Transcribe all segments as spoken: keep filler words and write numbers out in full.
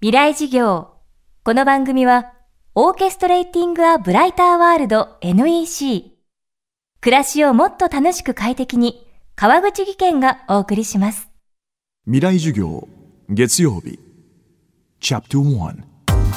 未来事業。この番組はオーケストレーティング・ア・ブライター・ワールド エヌイーシー 暮らしをもっと楽しく快適に川口義賢がお送りします。 未来授業月曜日チャプターワン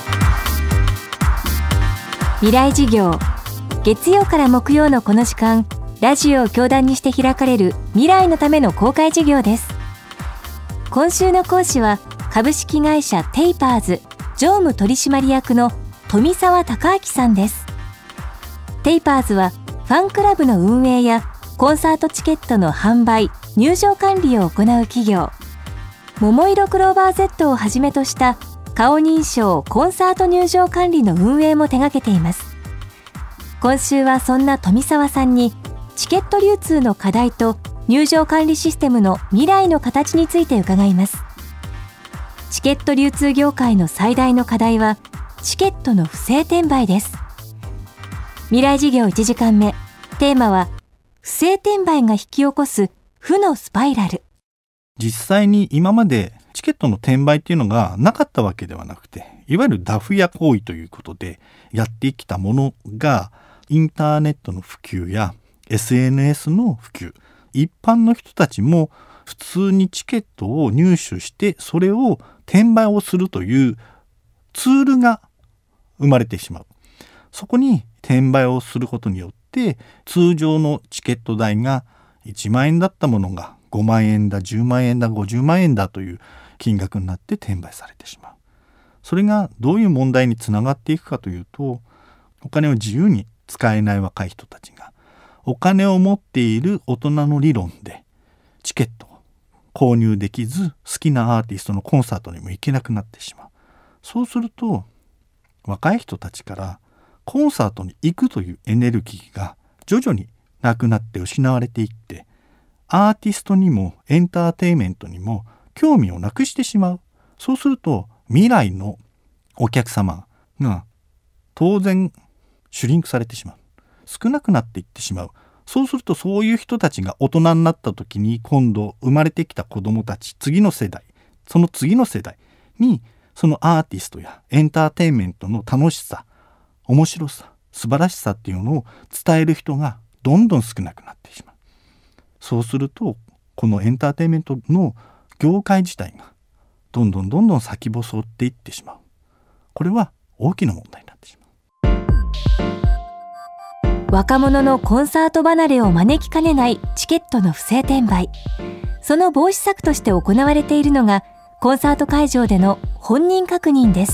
未来事業月曜から木曜のこの時間、ラジオを教壇にして開かれる未来のための公開授業です。今週の講師は株式会社テイパーズ常務取締役の富澤孝明さんです。テイパーズはファンクラブの運営やコンサートチケットの販売、入場管理を行う企業、桃色クローバー Z をはじめとした顔認証コンサート入場管理の運営も手掛けています。今週はそんな富澤さんにチケット流通の課題と入場管理システムの未来の形について伺います。チケット流通業界の最大の課題はチケットの不正転売です。未来事業いちじかんめ、テーマは不正転売が引き起こす負のスパイラル。 実際に今までチケットの転売っていうのがなかったわけではなくて、いわゆるダフ屋行為ということでやってきたものが、インターネットの普及や エスエヌエス の普及、一般の人たちも普通にチケットを入手してそれを転売をするというツールが生まれてしまう。そこに転売をすることによって通常のチケット代がいちまんえんだったものがごまんえんだ、じゅうまんえんだ、ごじゅうまんえんだという金額になって転売されてしまう。それがどういう問題につながっていくかというと、お金を自由に使えない若い人たちがお金を持っている大人の理論でチケットを購入できず、好きなアーティストのコンサートにも行けなくなってしまう。そうすると若い人たちからコンサートに行くというエネルギーが徐々になくなって失われていって、アーティストにもエンターテインメントにも興味をなくしてしまう。そうすると未来のお客様が当然シュリンクされてしまう。少なくなっていってしまう。そうするとそういう人たちが大人になった時に、今度生まれてきた子どもたち、次の世代、その次の世代にそのアーティストやエンターテインメントの楽しさ、面白さ、素晴らしさっていうのを伝える人がどんどん少なくなってしまう。そうするとこのエンターテインメントの業界自体がどんどんどんどん先細っていってしまう。これは大きな問題になってしまう。 若者のコンサート離れを招きかねないチケットの不正転売。その防止策として行われているのがコンサート会場での本人確認です。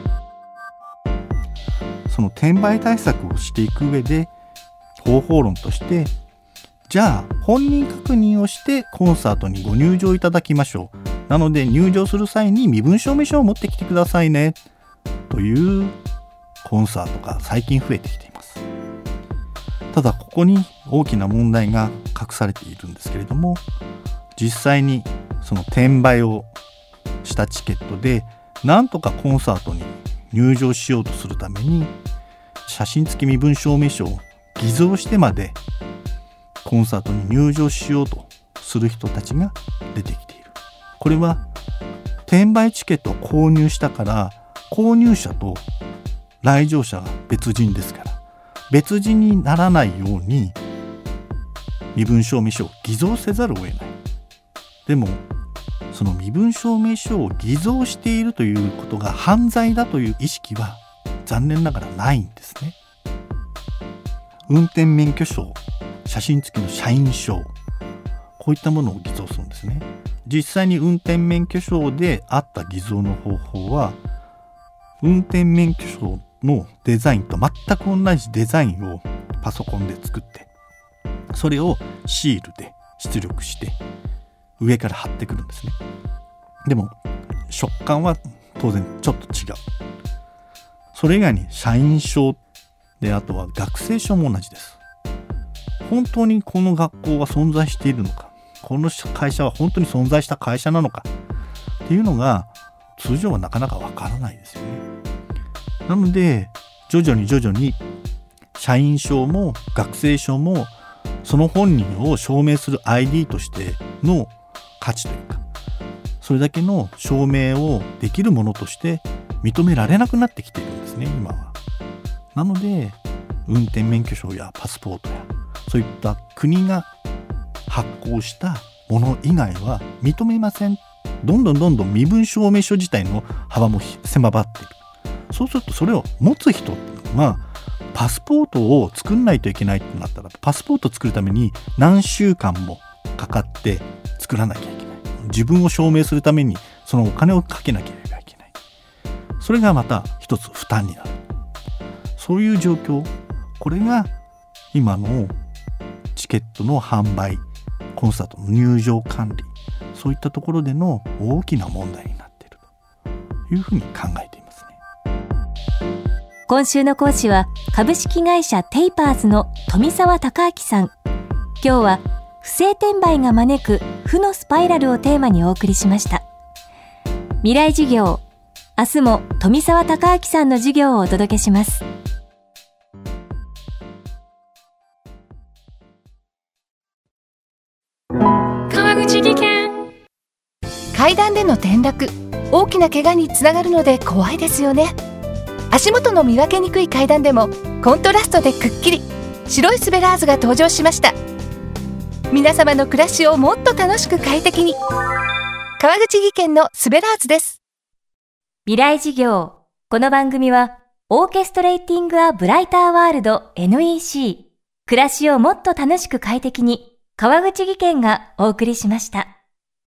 その転売対策をしていく上で方法論として、じゃあ本人確認をしてコンサートにご入場いただきましょう。なので入場する際に身分証明書を持ってきてくださいねというコンサートが最近増えてきています。ただここに大きな問題が隠されているんですけれども、実際にその転売をしたチケットでなんとかコンサートに入場しようとするために写真付き身分証明書を偽造してまでコンサートに入場しようとする人たちが出てきている。これは転売チケットを購入したから購入者と来場者が別人ですから、別人にならないように身分証明書を偽造せざるを得ない。でもその身分証明書を偽造しているということが犯罪だという意識は残念ながらないんですね。運転免許証、写真付きの社員証、こういったものを偽造するんですね。実際に運転免許証であった偽造の方法は、運転免許証のデザインと全く同じデザインをパソコンで作って、それをシールで出力して上から貼ってくるんですね。でも食感は当然ちょっと違う。それ以外に社員証で、あとは学生証も同じです。本当にこの学校は存在しているのか、この会社は本当に存在した会社なのかっていうのが通常はなかなかわからないですよね。なので徐々に徐々に社員証も学生証もその本人を証明する アイディー としての価値というか、そそれだけの証明をできるものとして認められなくなってきているんですね、今は。なので運転免許証やパスポートやそういった国が発行したもの以外は認めません。どんどんどんどん身分証明書自体の幅も狭まっている。そうするとそれを持つ人っていうのはパスポートを作んないといけないってなったら、パスポート作るために何週間もかかって作らなきゃいけない。自分を証明するためにそのお金をかけなければいけない。それがまた一つ負担になる。そういう状況、これが今のチケットの販売、コンサートの入場管理、そういったところでの大きな問題になっているというふうに考えていますね。 今週の講師は株式会社テイパーズの富澤孝明さん。今日は不正転売が招く負のスパイラルをテーマにお送りしました。未来授業、明日も富澤孝明さんの授業をお届けします。 川口技研。階段での転落、大きな怪我につながるので怖いですよね。足元の見分けにくい階段でもコントラストでくっきり白いスベラーズが登場しました。皆様の暮らしをもっと楽しく快適に、川口技研のスベラーズです。 未来授業、この番組はオーケストレーティングアブライターワールド エヌイーシー、 暮らしをもっと楽しく快適に、川口技研がお送りしました。